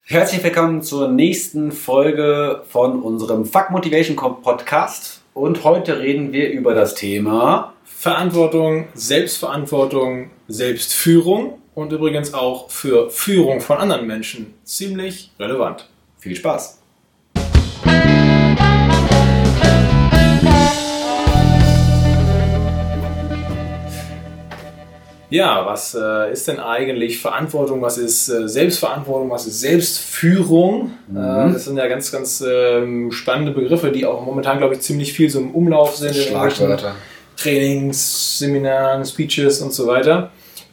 Herzlich willkommen zur nächsten Folge von unserem Fuck Motivation Podcast. Und heute reden wir über das Thema Verantwortung, Selbstverantwortung, Selbstführung und übrigens auch für Führung von anderen Menschen. Ziemlich relevant. Viel Spaß! Ja, was ist denn eigentlich Verantwortung? Was ist Selbstverantwortung? Was ist Selbstführung? Das sind ja ganz, ganz spannende Begriffe, die auch momentan, glaube ich, ziemlich viel so im Umlauf sind. Schlagwörter. Trainings, Seminaren, Speeches und so weiter.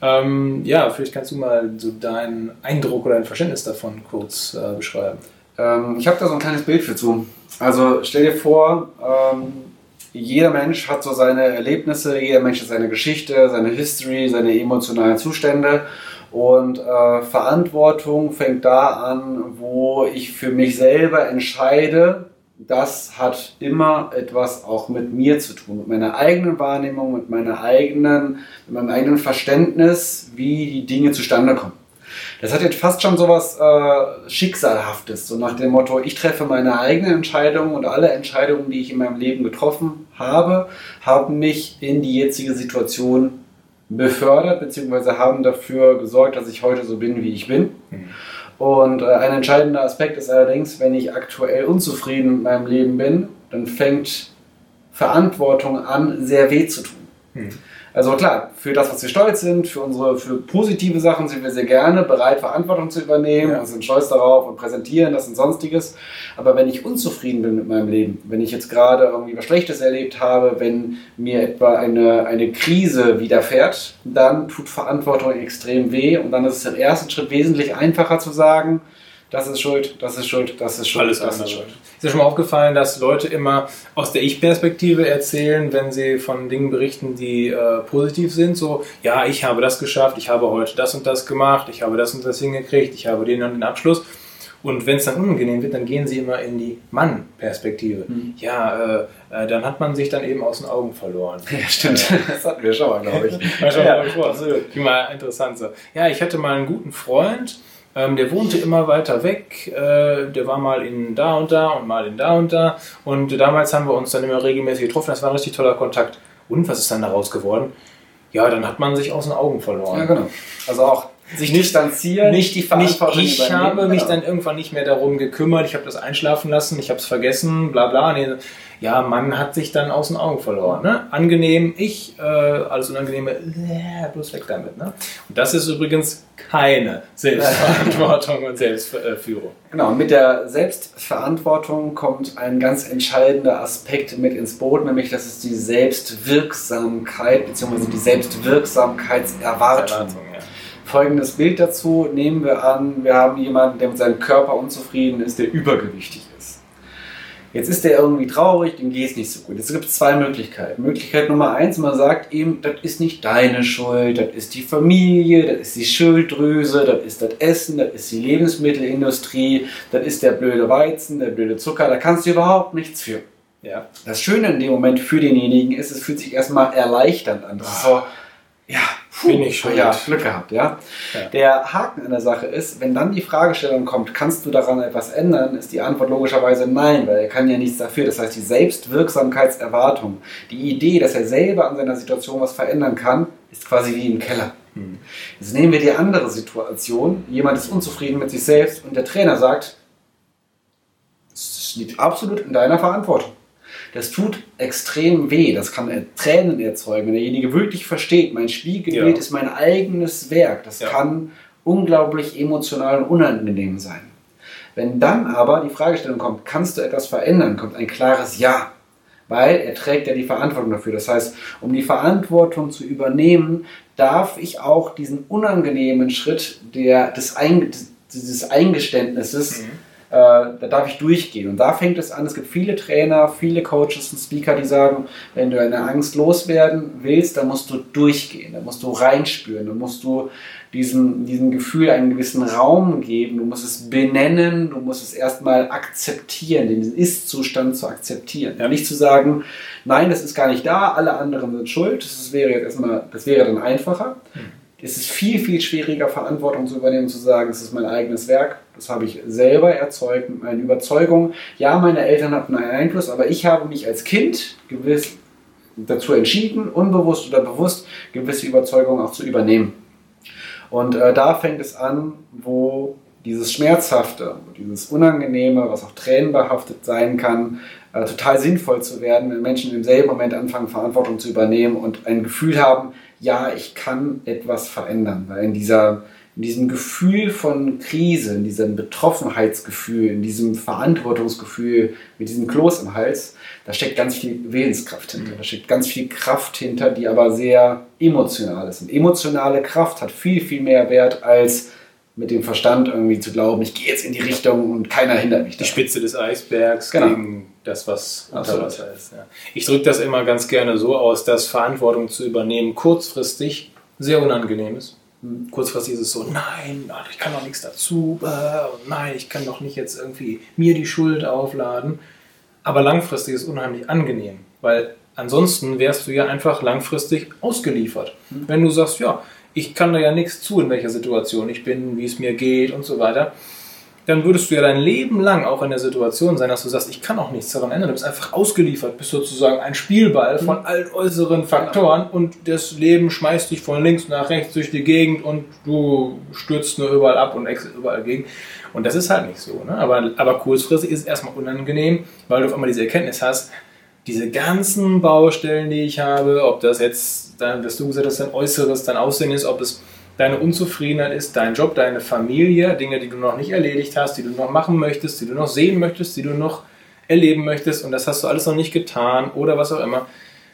Ja, vielleicht kannst du mal so deinen Eindruck oder dein Verständnis davon kurz beschreiben. Ich habe da so ein kleines Bild für zu. Also stell dir vor, jeder Mensch hat so seine Erlebnisse, jeder Mensch hat seine Geschichte, seine History, seine emotionalen Zustände und Verantwortung fängt da an, wo ich für mich selber entscheide. Das hat immer etwas auch mit mir zu tun, mit meiner eigenen Wahrnehmung, mit meinem eigenen Verständnis, wie die Dinge zustande kommen. Das hat jetzt fast schon so was Schicksalhaftes, so nach dem Motto, ich treffe meine eigenen Entscheidungen und alle Entscheidungen, die ich in meinem Leben getroffen habe, haben mich in die jetzige Situation befördert, beziehungsweise haben dafür gesorgt, dass ich heute so bin, wie ich bin. Und ein entscheidender Aspekt ist allerdings, wenn ich aktuell unzufrieden mit meinem Leben bin, dann fängt Verantwortung an, sehr weh zu tun. Also klar, für das, was wir stolz sind, für positive Sachen sind wir sehr gerne bereit, Verantwortung zu übernehmen und sind stolz darauf und präsentieren das und Sonstiges. Aber wenn ich unzufrieden bin mit meinem Leben, wenn ich jetzt gerade irgendwie was Schlechtes erlebt habe, wenn mir etwa eine Krise widerfährt, dann tut Verantwortung extrem weh und dann ist es im ersten Schritt wesentlich einfacher zu sagen, das ist schuld, das ist schuld, das ist schuld, alles das andere. ist schuld. Ist dir schon mal aufgefallen, dass Leute immer aus der Ich-Perspektive erzählen, wenn sie von Dingen berichten, die positiv sind? So, ja, ich habe das geschafft, ich habe heute das und das gemacht, ich habe das und das hingekriegt, ich habe den und den Abschluss. Und wenn es dann unangenehm wird, dann gehen sie immer in die Mann-Perspektive. Ja, dann hat man sich dann eben aus den Augen verloren. Ja, stimmt. Das hatten wir schon mal, glaube ich. Mal interessant so. Ja, ich hatte mal einen guten Freund, der wohnte immer weiter weg, der war mal in da und da und mal in da und da. Und damals haben wir uns dann immer regelmäßig getroffen, das war ein richtig toller Kontakt. Und was ist dann daraus geworden? Ja, dann hat man sich aus den Augen verloren. Ja, genau. Also auch sich distanzieren, nicht die Verantwortung Ich übernehmen. habe mich dann irgendwann nicht mehr darum gekümmert, ich habe das einschlafen lassen, ich habe es vergessen, bla bla. Nee, ja, man hat sich dann aus den Augen verloren. Ne? Angenehm, alles Unangenehme, bloß weg damit. Ne? Und das ist übrigens keine Selbstverantwortung und Selbstführung. Genau, und mit der Selbstverantwortung kommt ein ganz entscheidender Aspekt mit ins Boot, nämlich das ist die Selbstwirksamkeit bzw. die Selbstwirksamkeitserwartung. Folgendes Bild dazu nehmen wir an, wir haben jemanden, der mit seinem Körper unzufrieden ist, der übergewichtig ist. Jetzt ist der irgendwie traurig, dem geht es nicht so gut. Jetzt gibt es zwei Möglichkeiten. Möglichkeit Nummer 1, man sagt ihm, das ist nicht deine Schuld, das ist die Familie, das ist die Schilddrüse, das ist das Essen, das ist die Lebensmittelindustrie, das ist der blöde Weizen, der blöde Zucker, da kannst du überhaupt nichts für. Ja. Das Schöne in dem Moment für denjenigen ist, es fühlt sich erstmal erleichternd an. Das ist so, ja, bin ich schon. Ja, Glück gehabt, ja. Der Haken an der Sache ist, wenn dann die Fragestellung kommt, kannst du daran etwas ändern, ist die Antwort logischerweise nein, weil er kann ja nichts dafür. Das heißt, die Selbstwirksamkeitserwartung, die Idee, dass er selber an seiner Situation was verändern kann, ist quasi wie im Keller. Jetzt nehmen wir die andere Situation, jemand ist unzufrieden mit sich selbst und der Trainer sagt, es liegt absolut in deiner Verantwortung. Das tut extrem weh, das kann Tränen erzeugen, wenn derjenige wirklich versteht, mein Spiegelbild ist mein eigenes Werk, das kann unglaublich emotional und unangenehm sein. Wenn dann aber die Fragestellung kommt, kannst du etwas verändern, kommt ein klares Ja, weil er trägt ja die Verantwortung dafür. Das heißt, um die Verantwortung zu übernehmen, darf ich auch diesen unangenehmen Schritt dieses Eingeständnisses da darf ich durchgehen. Und da fängt es an, es gibt viele Trainer, viele Coaches und Speaker, die sagen, wenn du eine Angst loswerden willst, dann musst du durchgehen, dann musst du reinspüren, dann musst du diesem Gefühl einen gewissen Raum geben, du musst es benennen, du musst es erstmal akzeptieren, den Ist-Zustand zu akzeptieren. Ja, nicht zu sagen, nein, das ist gar nicht da, alle anderen sind schuld, das wäre dann einfacher. ist es viel, viel schwieriger, Verantwortung zu übernehmen und zu sagen, es ist mein eigenes Werk, das habe ich selber erzeugt mit meinen Überzeugungen. Ja, meine Eltern hatten einen Einfluss, aber ich habe mich als Kind gewiss dazu entschieden, unbewusst oder bewusst, gewisse Überzeugungen auch zu übernehmen. Und da fängt es an, wo dieses Schmerzhafte, dieses Unangenehme, was auch tränenbehaftet sein kann, total sinnvoll zu werden, wenn Menschen im selben Moment anfangen, Verantwortung zu übernehmen und ein Gefühl haben, ja, ich kann etwas verändern. Weil in diesem Gefühl von Krise, in diesem Betroffenheitsgefühl, in diesem Verantwortungsgefühl, mit diesem Kloß im Hals, da steckt ganz viel Willenskraft hinter. Da steckt ganz viel Kraft hinter, die aber sehr emotional ist. Und emotionale Kraft hat viel, viel mehr Wert als mit dem Verstand irgendwie zu glauben, ich gehe jetzt in die Richtung und keiner hindert mich. Die Spitze des Eisbergs genau. Gegen das, was unter Wasser ist. Ja. Ich drücke das immer ganz gerne so aus, dass Verantwortung zu übernehmen kurzfristig sehr unangenehm ist. Kurzfristig ist es so, nein, ich kann doch nichts dazu, nein, ich kann doch nicht jetzt irgendwie mir die Schuld aufladen. Aber langfristig ist es unheimlich angenehm, weil ansonsten wärst du ja einfach langfristig ausgeliefert. Wenn du sagst, ja, ich kann da ja nichts zu, in welcher Situation ich bin, wie es mir geht und so weiter, dann würdest du ja dein Leben lang auch in der Situation sein, dass du sagst, ich kann auch nichts daran ändern. Du bist einfach ausgeliefert, bist sozusagen ein Spielball von allen äußeren Faktoren und das Leben schmeißt dich von links nach rechts durch die Gegend und du stürzt nur überall ab und überall gegen. Und das ist halt nicht so. Ne? Aber kurzfristig ist es erstmal unangenehm, weil du auf einmal diese Erkenntnis hast, diese ganzen Baustellen, die ich habe, ob das jetzt, dass du gesagt hast, dein Äußeres, dein Aussehen ist, ob es deine Unzufriedenheit ist, dein Job, deine Familie, Dinge, die du noch nicht erledigt hast, die du noch machen möchtest, die du noch sehen möchtest, die du noch erleben möchtest und das hast du alles noch nicht getan oder was auch immer.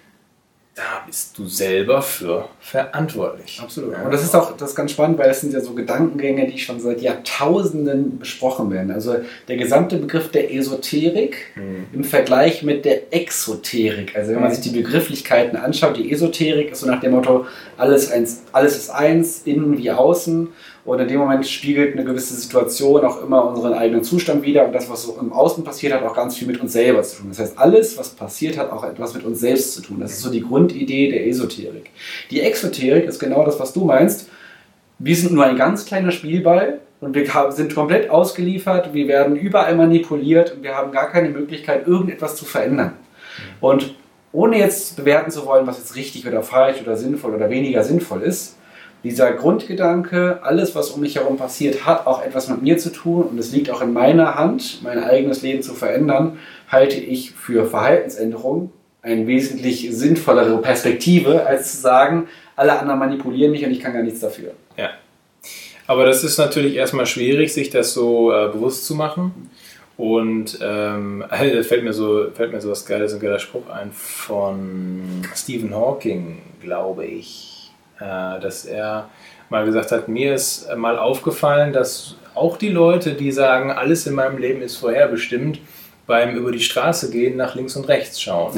Da bist du selber für verantwortlich. Absolut. Und das ist auch das ist ganz spannend, weil das sind ja so Gedankengänge, die schon seit Jahrtausenden besprochen werden. Also der gesamte Begriff der Esoterik im Vergleich mit der Exoterik. Also wenn man sich die Begrifflichkeiten anschaut, die Esoterik ist so nach dem Motto, alles ist eins, innen wie außen. Und in dem Moment spiegelt eine gewisse Situation auch immer unseren eigenen Zustand wider. Und das, was so im Außen passiert, hat auch ganz viel mit uns selber zu tun. Das heißt, alles, was passiert, hat auch etwas mit uns selbst zu tun. Das ist so die Grundidee der Esoterik. Die Exoterik ist genau das, was du meinst. Wir sind nur ein ganz kleiner Spielball und wir sind komplett ausgeliefert. Wir werden überall manipuliert und wir haben gar keine Möglichkeit, irgendetwas zu verändern. Und ohne jetzt bewerten zu wollen, was jetzt richtig oder falsch oder sinnvoll oder weniger sinnvoll ist, dieser Grundgedanke, alles, was um mich herum passiert, hat auch etwas mit mir zu tun und es liegt auch in meiner Hand, mein eigenes Leben zu verändern, halte ich für Verhaltensänderung eine wesentlich sinnvollere Perspektive, als zu sagen, alle anderen manipulieren mich und ich kann gar nichts dafür. Ja, aber das ist natürlich erstmal schwierig, sich das so bewusst zu machen. Und da fällt mir so was Geiles, ein geiler Spruch ein von Stephen Hawking, glaube ich. Dass er mal gesagt hat, mir ist mal aufgefallen, dass auch die Leute, die sagen, alles in meinem Leben ist vorherbestimmt, beim über die Straße gehen nach links und rechts schauen.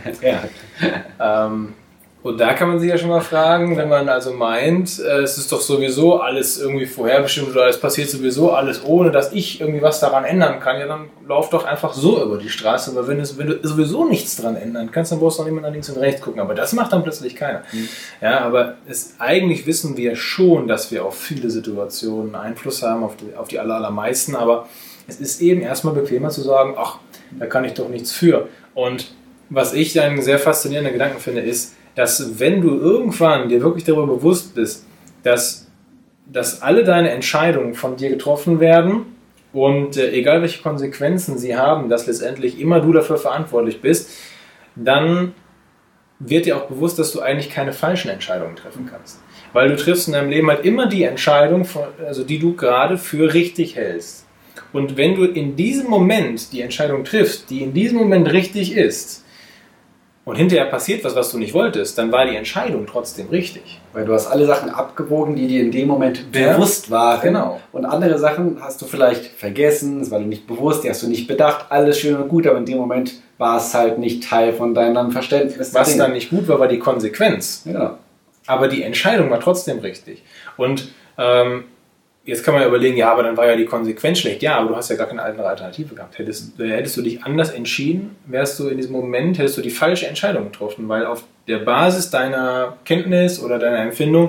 Und da kann man sich ja schon mal fragen, wenn man also meint, es ist doch sowieso alles irgendwie vorherbestimmt oder es passiert sowieso alles, ohne dass ich irgendwie was daran ändern kann, ja dann lauf doch einfach so über die Straße, weil wenn du sowieso nichts daran ändern kannst, dann brauchst du auch nicht mehr nach links und rechts gucken, aber das macht dann plötzlich keiner. Ja, aber eigentlich wissen wir schon, dass wir auf viele Situationen Einfluss haben, auf die allermeisten, aber es ist eben erstmal bequemer zu sagen, ach, da kann ich doch nichts für. Und was ich einen sehr faszinierenden Gedanken finde, ist, dass wenn du irgendwann dir wirklich darüber bewusst bist, dass alle deine Entscheidungen von dir getroffen werden und egal welche Konsequenzen sie haben, dass letztendlich immer du dafür verantwortlich bist, dann wird dir auch bewusst, dass du eigentlich keine falschen Entscheidungen treffen kannst. Weil du triffst in deinem Leben halt immer die Entscheidung, die du gerade für richtig hältst. Und wenn du in diesem Moment die Entscheidung triffst, die in diesem Moment richtig ist, und hinterher passiert was du nicht wolltest, dann war die Entscheidung trotzdem richtig. Weil du hast alle Sachen abgewogen, die dir in dem Moment bewusst waren. Genau. Und andere Sachen hast du vielleicht vergessen, das war dir nicht bewusst, die hast du nicht bedacht, alles schön und gut, aber in dem Moment war es halt nicht Teil von deinem Verständnis. Was dann nicht gut war die Konsequenz. Ja. Aber die Entscheidung war trotzdem richtig. Und jetzt kann man ja überlegen, ja, aber dann war ja die Konsequenz schlecht. Ja, aber du hast ja gar keine andere Alternative gehabt. Hättest du dich anders entschieden, wärst du in diesem Moment, hättest du die falsche Entscheidung getroffen, weil auf der Basis deiner Kenntnis oder deiner Empfindung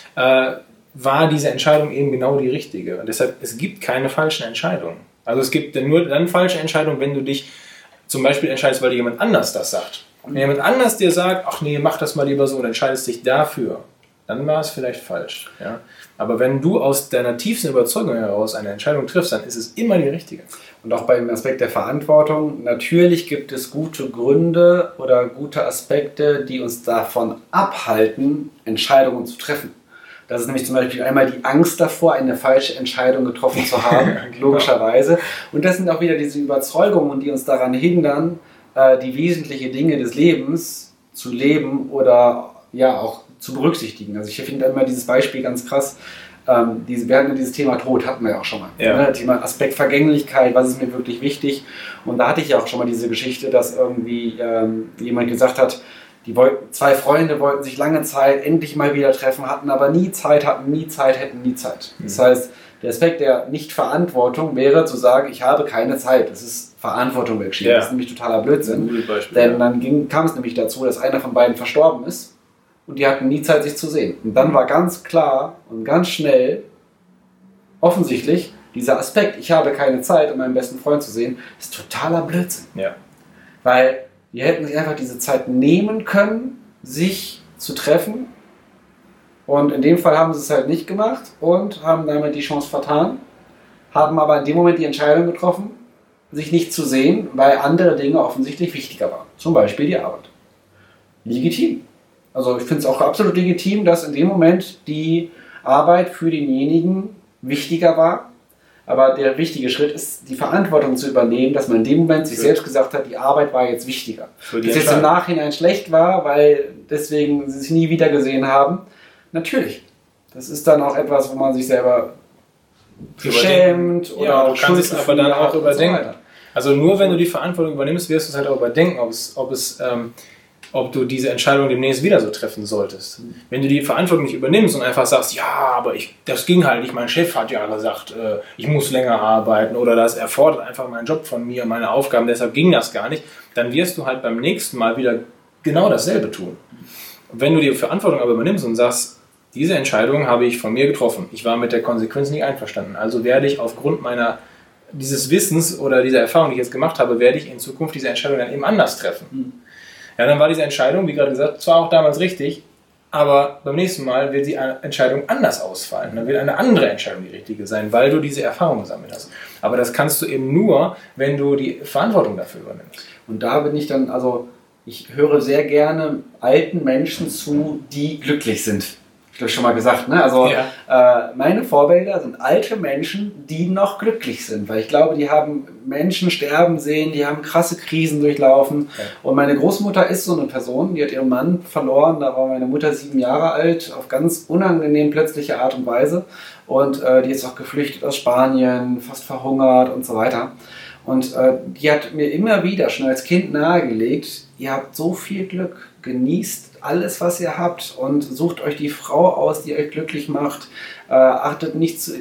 war diese Entscheidung eben genau die richtige. Und deshalb, es gibt keine falschen Entscheidungen. Also es gibt nur dann falsche Entscheidungen, wenn du dich zum Beispiel entscheidest, weil dir jemand anders das sagt. Wenn jemand anders dir sagt, ach nee, mach das mal lieber so und entscheidest dich dafür, dann war es vielleicht falsch. Ja? Aber wenn du aus deiner tiefsten Überzeugung heraus eine Entscheidung triffst, dann ist es immer die richtige. Und auch beim Aspekt der Verantwortung, natürlich gibt es gute Gründe oder gute Aspekte, die uns davon abhalten, Entscheidungen zu treffen. Das ist nämlich zum Beispiel einmal die Angst davor, eine falsche Entscheidung getroffen zu haben, logischerweise. Und das sind auch wieder diese Überzeugungen, die uns daran hindern, die wesentlichen Dinge des Lebens zu leben oder ja auch zu berücksichtigen. Also ich finde immer dieses Beispiel ganz krass. Wir hatten ja dieses Thema Tod, hatten wir ja auch schon mal. Ja. Ne? Thema Aspekt Vergänglichkeit, was ist mir wirklich wichtig. Und da hatte ich ja auch schon mal diese Geschichte, dass irgendwie jemand gesagt hat, zwei Freunde wollten sich lange Zeit endlich mal wieder treffen, hatten aber nie Zeit. Das heißt, der Aspekt der Nicht-Verantwortung wäre zu sagen, ich habe keine Zeit. Das ist Verantwortung wegschieben. Ja. Das ist nämlich totaler Blödsinn. Denn dann kam es nämlich dazu, dass einer von beiden verstorben ist und die hatten nie Zeit, sich zu sehen. Und dann war ganz klar und ganz schnell, offensichtlich, dieser Aspekt, ich habe keine Zeit, um meinen besten Freund zu sehen, ist totaler Blödsinn. Ja. Weil die hätten sich einfach diese Zeit nehmen können, sich zu treffen. Und in dem Fall haben sie es halt nicht gemacht und haben damit die Chance vertan. Haben aber in dem Moment die Entscheidung getroffen, sich nicht zu sehen, weil andere Dinge offensichtlich wichtiger waren. Zum Beispiel die Arbeit. Legitim. Also ich finde es auch absolut legitim, dass in dem Moment die Arbeit für denjenigen wichtiger war. Aber der wichtige Schritt ist, die Verantwortung zu übernehmen, dass man in dem Moment sich selbst gesagt hat, die Arbeit war jetzt wichtiger. Dass jetzt im Nachhinein schlecht war, weil deswegen sie sich nie wieder gesehen haben. Natürlich. Das ist dann auch etwas, wo man sich selber schämt oder ja, du kannst es aber dann auch überdenken. So also nur wenn du die Verantwortung übernimmst, wirst du es halt auch überdenken, ob du diese Entscheidung demnächst wieder so treffen solltest. Wenn du die Verantwortung nicht übernimmst und einfach sagst, ja, aber das ging halt nicht, mein Chef hat ja gesagt, ich muss länger arbeiten oder das erfordert einfach meinen Job von mir, meine Aufgaben, deshalb ging das gar nicht, dann wirst du halt beim nächsten Mal wieder genau dasselbe tun. Und wenn du die Verantwortung aber übernimmst und sagst, diese Entscheidung habe ich von mir getroffen, ich war mit der Konsequenz nicht einverstanden, also werde ich aufgrund dieses Wissens oder dieser Erfahrung, die ich jetzt gemacht habe, werde ich in Zukunft diese Entscheidung dann eben anders treffen. Ja, dann war diese Entscheidung, wie gerade gesagt, zwar auch damals richtig, aber beim nächsten Mal wird die Entscheidung anders ausfallen. Dann wird eine andere Entscheidung die richtige sein, weil du diese Erfahrung gesammelt hast. Aber das kannst du eben nur, wenn du die Verantwortung dafür übernimmst. Und da bin ich dann, also ich höre sehr gerne alten Menschen zu, die glücklich sind. Ich habe schon mal gesagt, ne? Also meine Vorbilder sind alte Menschen, die noch glücklich sind, weil ich glaube, die haben Menschen sterben sehen, die haben krasse Krisen durchlaufen. Ja. Und meine Großmutter ist so eine Person, die hat ihren Mann verloren, da war meine Mutter 7 Jahre alt, auf ganz unangenehm plötzliche Art und Weise. Und die ist auch geflüchtet aus Spanien, fast verhungert und so weiter. Und die hat mir immer wieder schon als Kind nahegelegt, ihr habt so viel Glück, genießt alles, was ihr habt und sucht euch die Frau aus, die euch glücklich macht. Achtet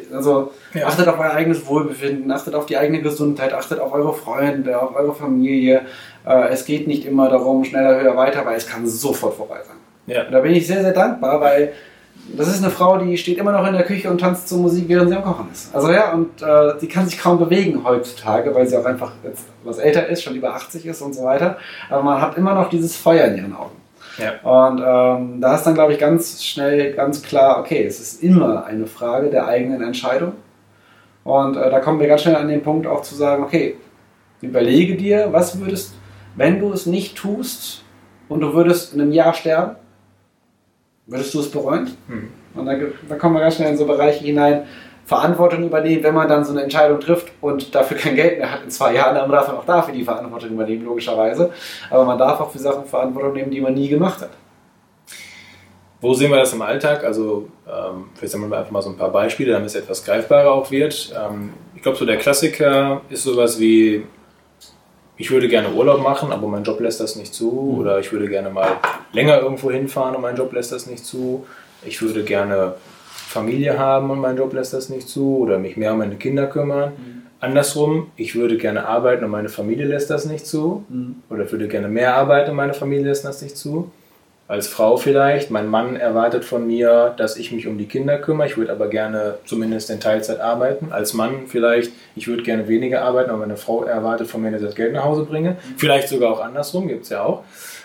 auf euer eigenes Wohlbefinden, achtet auf die eigene Gesundheit, achtet auf eure Freunde, auf eure Familie. Es geht nicht immer darum, schneller, höher, weiter, weil es kann sofort vorbei sein. Ja. Und da bin ich sehr, sehr dankbar, weil das ist eine Frau, die steht immer noch in der Küche und tanzt zur Musik, während sie am Kochen ist. Also ja, und die kann sich kaum bewegen heutzutage, weil sie auch einfach jetzt was älter ist, schon über 80 ist und so weiter. Aber man hat immer noch dieses Feuer in ihren Augen. Ja. Und da ist dann, glaube ich, ganz schnell ganz klar, okay, es ist immer eine Frage der eigenen Entscheidung. Und da kommen wir ganz schnell an den Punkt auch zu sagen, okay, überlege dir, was würdest, wenn du es nicht tust und du würdest in einem Jahr sterben, würdest du es bereuen? Und dann kommen wir ganz schnell in so Bereiche hinein, Verantwortung übernehmen, wenn man dann so eine Entscheidung trifft und dafür kein Geld mehr hat in 2 Jahren, dann darf man auch dafür die Verantwortung übernehmen, logischerweise. Aber man darf auch für Sachen Verantwortung nehmen, die man nie gemacht hat. Wo sehen wir das im Alltag? Also vielleicht sammeln wir einfach mal so ein paar Beispiele, damit es etwas greifbarer auch wird. Ich glaube, so der Klassiker ist sowas wie, ich würde gerne Urlaub machen, aber mein Job lässt das nicht zu. Oder ich würde gerne mal länger irgendwo hinfahren und mein Job lässt das nicht zu. Ich würde gerne Familie haben und mein Job lässt das nicht zu. Oder mich mehr um meine Kinder kümmern. Andersrum, ich würde gerne arbeiten und meine Familie lässt das nicht zu. Oder ich würde gerne mehr arbeiten und meine Familie lässt das nicht zu. Als Frau vielleicht, mein Mann erwartet von mir, dass ich mich um die Kinder kümmere, ich würde aber gerne zumindest in Teilzeit arbeiten. Als Mann vielleicht, ich würde gerne weniger arbeiten, aber meine Frau erwartet von mir, dass ich das Geld nach Hause bringe. Vielleicht sogar auch andersrum, gibt es ja auch.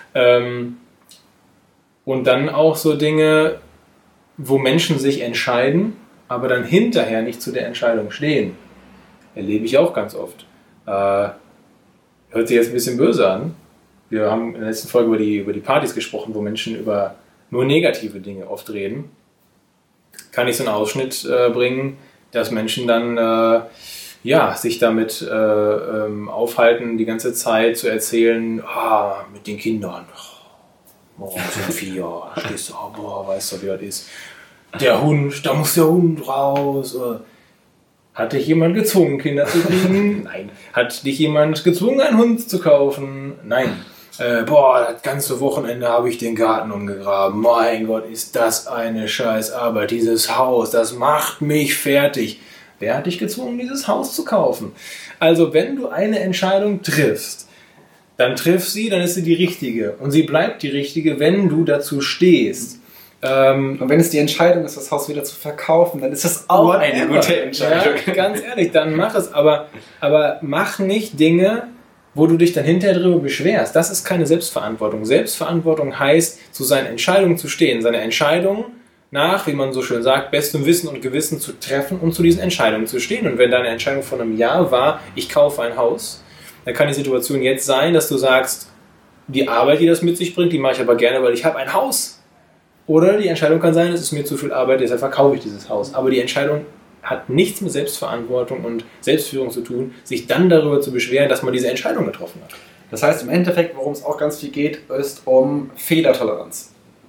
Und dann auch so Dinge, wo Menschen sich entscheiden, aber dann hinterher nicht zu der Entscheidung stehen. Erlebe ich auch ganz oft. Hört sich jetzt ein bisschen böse an. Wir haben in der letzten Folge über die Partys gesprochen, wo Menschen über nur negative Dinge oft reden. Kann ich so einen Ausschnitt bringen, dass Menschen dann sich damit aufhalten, die ganze Zeit zu erzählen, mit den Kindern, sind 4, stehst du, weißt du, wie das ist. Der Hund, da muss der Hund raus. Hat dich jemand gezwungen, Kinder zu kriegen? Nein. Hat dich jemand gezwungen, einen Hund zu kaufen? Nein. Das ganze Wochenende habe ich den Garten umgegraben. Mein Gott, ist das eine Scheißarbeit. Dieses Haus, das macht mich fertig. Wer hat dich gezwungen, dieses Haus zu kaufen? Also, wenn du eine Entscheidung triffst, dann triff sie, dann ist sie die richtige. Und sie bleibt die richtige, wenn du dazu stehst. Und wenn es die Entscheidung ist, das Haus wieder zu verkaufen, dann ist das auch eine gute Entscheidung. Ja, ganz ehrlich, dann mach es. Aber mach nicht Dinge, wo du dich dann hinterher darüber beschwerst. Das ist keine Selbstverantwortung. Selbstverantwortung heißt, zu seinen Entscheidungen zu stehen. Seine Entscheidungen nach, wie man so schön sagt, bestem Wissen und Gewissen zu treffen und zu diesen Entscheidungen zu stehen. Und wenn deine Entscheidung von einem Jahr war, ich kaufe ein Haus, dann kann die Situation jetzt sein, dass du sagst, die Arbeit, die das mit sich bringt, die mache ich aber gerne, weil ich habe ein Haus. Oder die Entscheidung kann sein, es ist mir zu viel Arbeit, deshalb verkaufe ich dieses Haus. Aber die Entscheidung hat nichts mit Selbstverantwortung und Selbstführung zu tun, sich dann darüber zu beschweren, dass man diese Entscheidung getroffen hat. Das heißt im Endeffekt, worum es auch ganz viel geht, ist um Fehlertoleranz.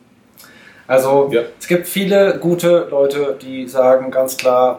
Also Es gibt viele gute Leute, die sagen ganz klar,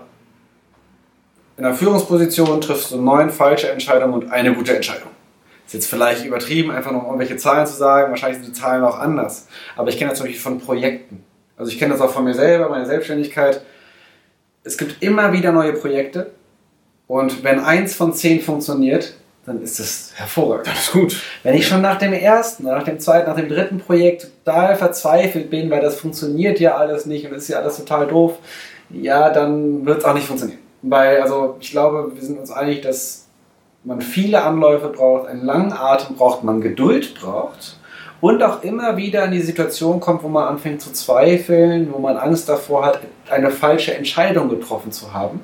in einer Führungsposition triffst du 9 falsche Entscheidungen und eine gute Entscheidung. Ist jetzt vielleicht übertrieben, einfach noch irgendwelche Zahlen zu sagen, wahrscheinlich sind die Zahlen auch anders. Aber ich kenne das zum Beispiel von Projekten. Also ich kenne das auch von mir selber, meine Selbstständigkeit. Es gibt immer wieder neue Projekte und wenn 1 von 10 funktioniert, dann ist das hervorragend. Das ist gut. Wenn ich schon nach dem ersten, nach dem zweiten, nach dem dritten Projekt total verzweifelt bin, weil das funktioniert ja alles nicht und ist ja alles total doof, ja, dann wird es auch nicht funktionieren. Weil, also ich glaube, wir sind uns einig, dass man viele Anläufe braucht, einen langen Atem braucht, man Geduld braucht und auch immer wieder in die Situation kommt, wo man anfängt zu zweifeln, wo man Angst davor hat, eine falsche Entscheidung getroffen zu haben,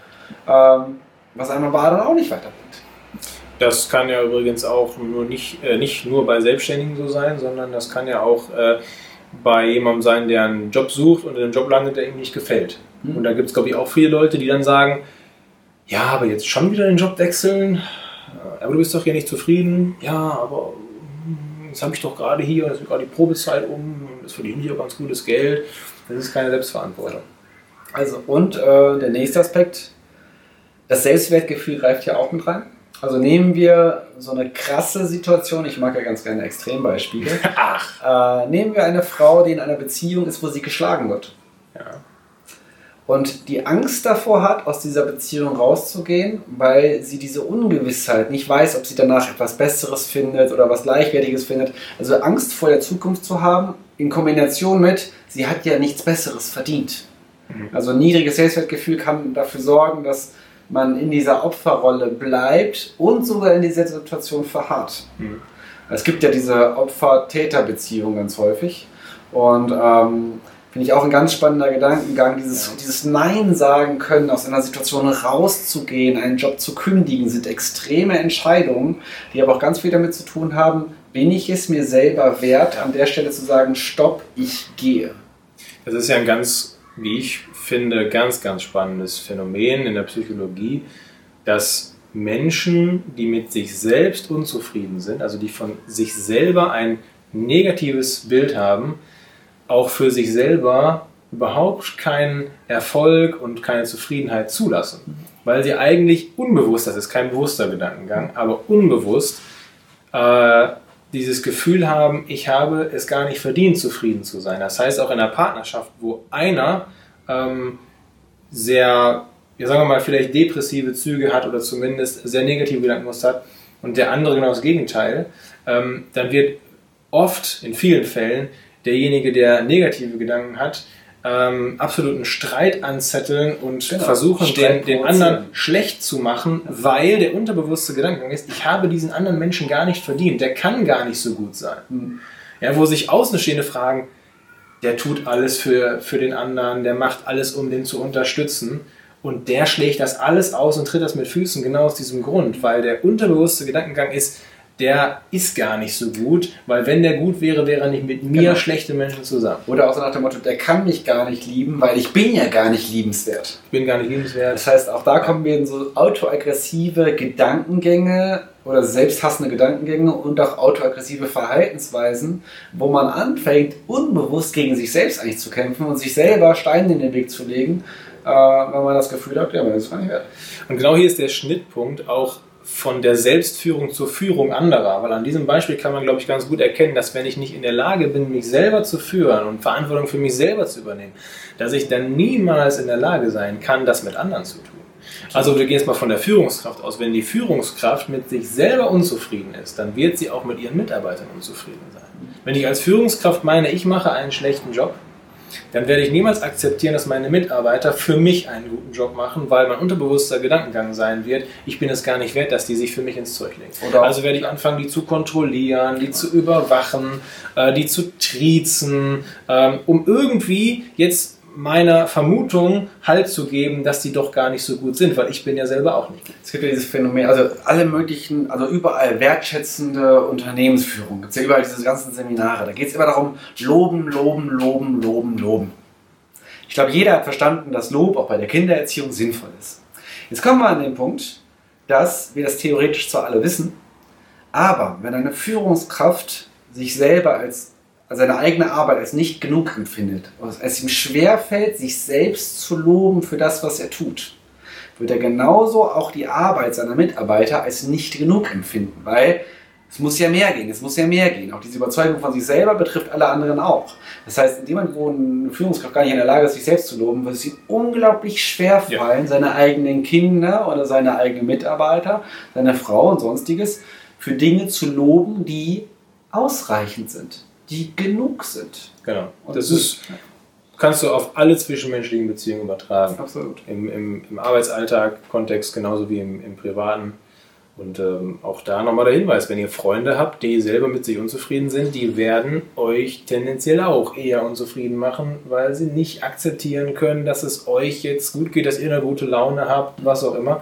was einem aber dann auch nicht weiterbringt. Das kann ja übrigens auch nicht nur bei Selbstständigen so sein, sondern das kann ja auch bei jemandem sein, der einen Job sucht und in einem Job landet, der ihm nicht gefällt. Und da gibt es, glaube ich, auch viele Leute, die dann sagen, ja, aber jetzt schon wieder den Job wechseln, aber du bist doch hier nicht zufrieden. Ja, aber jetzt habe ich doch gerade hier, das ist gerade die Probezeit und das verdiene ich auch ganz gutes Geld. Das ist keine Selbstverantwortung. Also und der nächste Aspekt, das Selbstwertgefühl greift ja auch mit rein. Also nehmen wir so eine krasse Situation, ich mag ja ganz gerne Extrembeispiele. Nehmen wir eine Frau, die in einer Beziehung ist, wo sie geschlagen wird. Ja. Und die Angst davor hat, aus dieser Beziehung rauszugehen, weil sie diese Ungewissheit nicht weiß, ob sie danach etwas Besseres findet oder was Gleichwertiges findet. Also Angst vor der Zukunft zu haben, in Kombination mit, sie hat ja nichts Besseres verdient. Also ein niedriges Selbstwertgefühl kann dafür sorgen, dass man in dieser Opferrolle bleibt und sogar in dieser Situation verharrt. Es gibt ja diese Opfer-Täter-Beziehung ganz häufig und finde ich auch ein ganz spannender Gedankengang, dieses Nein sagen können, aus einer Situation rauszugehen, einen Job zu kündigen, sind extreme Entscheidungen, die aber auch ganz viel damit zu tun haben, bin ich es mir selber wert, an der Stelle zu sagen, stopp, ich gehe. Das ist ja ein ganz, wie ich finde, ganz, ganz spannendes Phänomen in der Psychologie, dass Menschen, die mit sich selbst unzufrieden sind, also die von sich selber ein negatives Bild haben, auch für sich selber überhaupt keinen Erfolg und keine Zufriedenheit zulassen. Weil sie eigentlich unbewusst, das ist kein bewusster Gedankengang, aber unbewusst dieses Gefühl haben, ich habe es gar nicht verdient, zufrieden zu sein. Das heißt auch in einer Partnerschaft, wo einer sehr, ja, sagen wir mal, vielleicht depressive Züge hat oder zumindest sehr negative Gedankenmuster hat und der andere genau das Gegenteil, dann wird oft, in vielen Fällen, derjenige, der negative Gedanken hat, absoluten Streit anzetteln und versuchen, den anderen schlecht zu machen, weil der unterbewusste Gedankengang ist, ich habe diesen anderen Menschen gar nicht verdient, der kann gar nicht so gut sein. Ja, wo sich Außenstehende fragen, der tut alles für den anderen, der macht alles, um den zu unterstützen. Und der schlägt das alles aus und tritt das mit Füßen genau aus diesem Grund, weil der unterbewusste Gedankengang ist, der ist gar nicht so gut, weil wenn der gut wäre, wäre er nicht mit mir schlechte Menschen zusammen. Oder auch so nach dem Motto, der kann mich gar nicht lieben, weil ich bin ja gar nicht liebenswert. Ich bin gar nicht liebenswert. Das heißt, auch da kommen wir in so autoaggressive Gedankengänge oder selbsthassende Gedankengänge und auch autoaggressive Verhaltensweisen, wo man anfängt, unbewusst gegen sich selbst eigentlich zu kämpfen und sich selber Steine in den Weg zu legen, wenn man das Gefühl hat, ja, man ist gar nicht wert. Und genau hier ist der Schnittpunkt auch von der Selbstführung zur Führung anderer, weil an diesem Beispiel kann man, glaube ich, ganz gut erkennen, dass wenn ich nicht in der Lage bin, mich selber zu führen und Verantwortung für mich selber zu übernehmen, dass ich dann niemals in der Lage sein kann, das mit anderen zu tun. Also wir gehen jetzt mal von der Führungskraft aus. Wenn die Führungskraft mit sich selber unzufrieden ist, dann wird sie auch mit ihren Mitarbeitern unzufrieden sein. Wenn ich als Führungskraft meine, ich mache einen schlechten Job, dann werde ich niemals akzeptieren, dass meine Mitarbeiter für mich einen guten Job machen, weil mein unterbewusster Gedankengang sein wird, ich bin es gar nicht wert, dass die sich für mich ins Zeug legen. Also werde ich anfangen, die zu kontrollieren, die zu überwachen, die zu triezen, um irgendwie jetzt meiner Vermutung Halt zu geben, dass die doch gar nicht so gut sind, weil ich bin ja selber auch nicht gut. Es gibt ja dieses Phänomen, also alle möglichen, also überall wertschätzende Unternehmensführung. Es gibt ja überall diese ganzen Seminare. Da geht es immer darum, loben, loben, loben, loben, loben. Ich glaube, jeder hat verstanden, dass Lob auch bei der Kindererziehung sinnvoll ist. Jetzt kommen wir an den Punkt, dass wir das theoretisch zwar alle wissen, aber wenn eine Führungskraft sich selber als seine eigene Arbeit als nicht genug empfindet, es ihm schwerfällt, sich selbst zu loben für das, was er tut, wird er genauso auch die Arbeit seiner Mitarbeiter als nicht genug empfinden, weil es muss ja mehr gehen, es muss ja mehr gehen. Auch diese Überzeugung von sich selber betrifft alle anderen auch. Das heißt, in dem Moment, wo eine Führungskraft gar nicht in der Lage ist, sich selbst zu loben, wird es ihm unglaublich schwer fallen, seine eigenen Kinder oder seine eigenen Mitarbeiter, seine Frau und Sonstiges für Dinge zu loben, die ausreichend sind, die genug sind. Genau. Und das kannst du auf alle zwischenmenschlichen Beziehungen übertragen. Absolut. Im Arbeitsalltag, Kontext genauso wie im Privaten. Und auch da nochmal der Hinweis, wenn ihr Freunde habt, die selber mit sich unzufrieden sind, die werden euch tendenziell auch eher unzufrieden machen, weil sie nicht akzeptieren können, dass es euch jetzt gut geht, dass ihr eine gute Laune habt, was auch immer.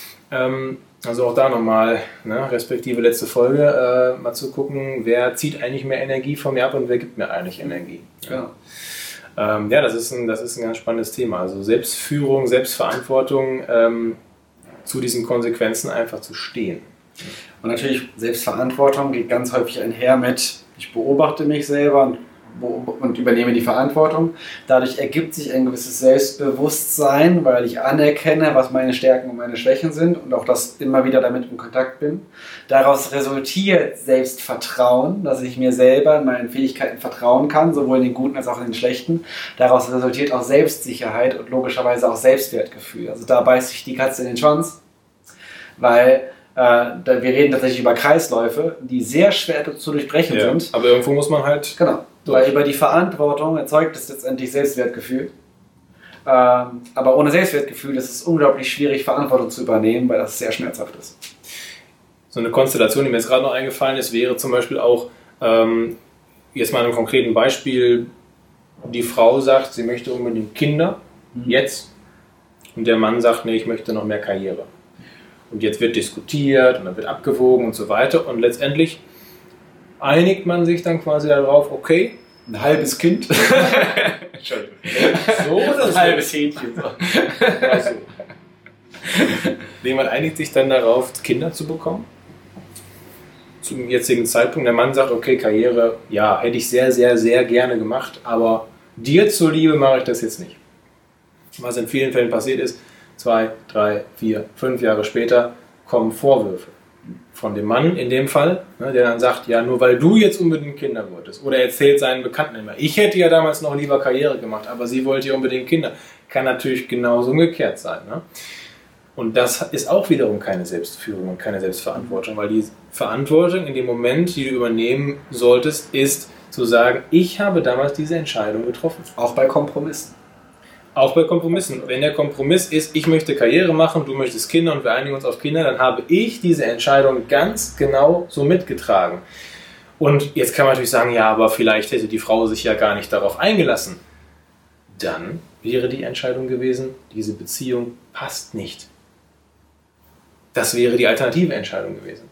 Also auch da nochmal, ne, respektive letzte Folge, mal zu gucken, wer zieht eigentlich mehr Energie von mir ab und wer gibt mir eigentlich Energie. Genau. Ja, das ist ein ganz spannendes Thema. Also Selbstführung, Selbstverantwortung, zu diesen Konsequenzen einfach zu stehen. Und natürlich Selbstverantwortung geht ganz häufig einher mit, ich beobachte mich selber und übernehme die Verantwortung. Dadurch ergibt sich ein gewisses Selbstbewusstsein, weil ich anerkenne, was meine Stärken und meine Schwächen sind und auch das immer wieder damit in Kontakt bin. Daraus resultiert Selbstvertrauen, dass ich mir selber in meinen Fähigkeiten vertrauen kann, sowohl in den guten als auch in den schlechten. Daraus resultiert auch Selbstsicherheit und logischerweise auch Selbstwertgefühl. Also da beißt sich die Katze in den Schwanz, weil wir reden tatsächlich über Kreisläufe, die sehr schwer zu durchbrechen sind. Aber irgendwo muss man halt... Genau. Weil über die Verantwortung erzeugt es letztendlich Selbstwertgefühl. Aber ohne Selbstwertgefühl ist es unglaublich schwierig, Verantwortung zu übernehmen, weil das sehr schmerzhaft ist. So eine Konstellation, die mir jetzt gerade noch eingefallen ist, wäre zum Beispiel auch, jetzt mal einem konkreten Beispiel, die Frau sagt, sie möchte unbedingt Kinder, jetzt, und der Mann sagt, nee, ich möchte noch mehr Karriere. Und jetzt wird diskutiert und dann wird abgewogen und so weiter und letztendlich einigt man sich dann quasi darauf, okay. Ein halbes Kind. Entschuldigung. So oder so? Ein halbes Hähnchen. Also. Jemand einigt sich dann darauf, Kinder zu bekommen. Zum jetzigen Zeitpunkt. Der Mann sagt, okay, Karriere, ja, hätte ich sehr, sehr, sehr gerne gemacht, aber dir zuliebe mache ich das jetzt nicht. Was in vielen Fällen passiert ist, 2, 3, 4, 5 Jahre später kommen Vorwürfe. Von dem Mann in dem Fall, ne, der dann sagt, ja, nur weil du jetzt unbedingt Kinder wolltest. Oder erzählt seinen Bekannten immer, ich hätte ja damals noch lieber Karriere gemacht, aber sie wollte ja unbedingt Kinder. Kann natürlich genauso umgekehrt sein. Ne? Und das ist auch wiederum keine Selbstführung und keine Selbstverantwortung, weil die Verantwortung in dem Moment, die du übernehmen solltest, ist zu sagen, ich habe damals diese Entscheidung getroffen. Auch bei Kompromissen. Auch bei Kompromissen. Wenn der Kompromiss ist, ich möchte Karriere machen, du möchtest Kinder und wir einigen uns auf Kinder, dann habe ich diese Entscheidung ganz genau so mitgetragen. Und jetzt kann man natürlich sagen, ja, aber vielleicht hätte die Frau sich ja gar nicht darauf eingelassen. Dann wäre die Entscheidung gewesen, diese Beziehung passt nicht. Das wäre die alternative Entscheidung gewesen.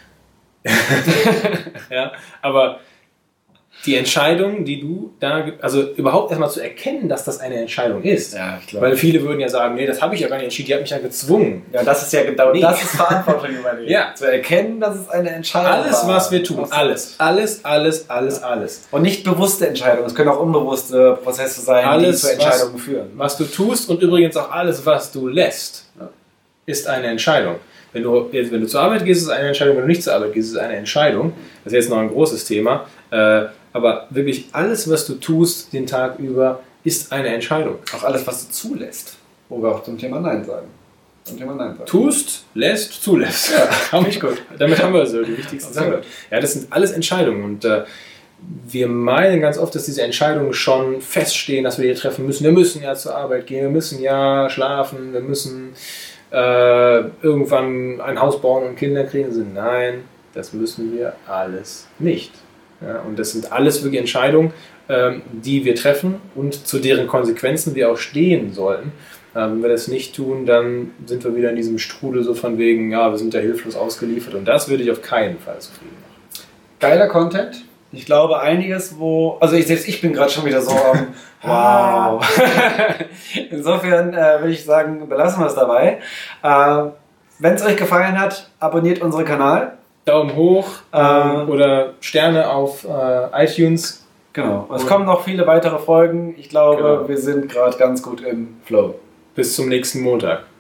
Ja, aber die Entscheidung, die du da, also überhaupt erstmal zu erkennen, dass das eine Entscheidung ist. Ja, klar. Weil viele würden ja sagen, nee, das habe ich ja gar nicht entschieden, die hat mich ja gezwungen. Ja, das ist ja genau, das ist Verantwortung übernehmen. Ja. Zu erkennen, dass es eine Entscheidung Alles, war. was wir tun, alles. Und nicht bewusste Entscheidungen, es können auch unbewusste Prozesse sein, Alles, die zu Entscheidungen führen. Was du tust und übrigens auch alles, was du lässt, ist eine Entscheidung. Wenn du zur Arbeit gehst, ist es eine Entscheidung, wenn du nicht zur Arbeit gehst, ist es eine Entscheidung. Das ist jetzt noch ein großes Thema. Aber wirklich alles, was du tust den Tag über, ist eine Entscheidung. Auch alles, was du zulässt. Wo wir auch zum Thema Nein sagen. Tust, lässt, zulässt. Ja, haben wir gut. Damit haben wir so die wichtigsten Sachen. Ja, das sind alles Entscheidungen. Und wir meinen ganz oft, dass diese Entscheidungen schon feststehen, dass wir die treffen müssen. Wir müssen ja zur Arbeit gehen, wir müssen ja schlafen, wir müssen irgendwann ein Haus bauen und Kinder kriegen. Nein, das müssen wir alles nicht. Ja, und das sind alles wirklich Entscheidungen, die wir treffen und zu deren Konsequenzen wir auch stehen sollten. Wenn wir das nicht tun, dann sind wir wieder in diesem Strudel so von wegen, ja, wir sind ja hilflos ausgeliefert und das würde ich auf keinen Fall zufrieden machen. Geiler Content. Ich glaube einiges, also ich bin gerade schon wieder so wow. Insofern würde ich sagen, belassen wir es dabei. Wenn es euch gefallen hat, abonniert unseren Kanal. Daumen hoch oder Sterne auf iTunes. Genau. Es kommen noch viele weitere Folgen. Ich glaube, wir sind gerade ganz gut im Flow. Bis zum nächsten Montag.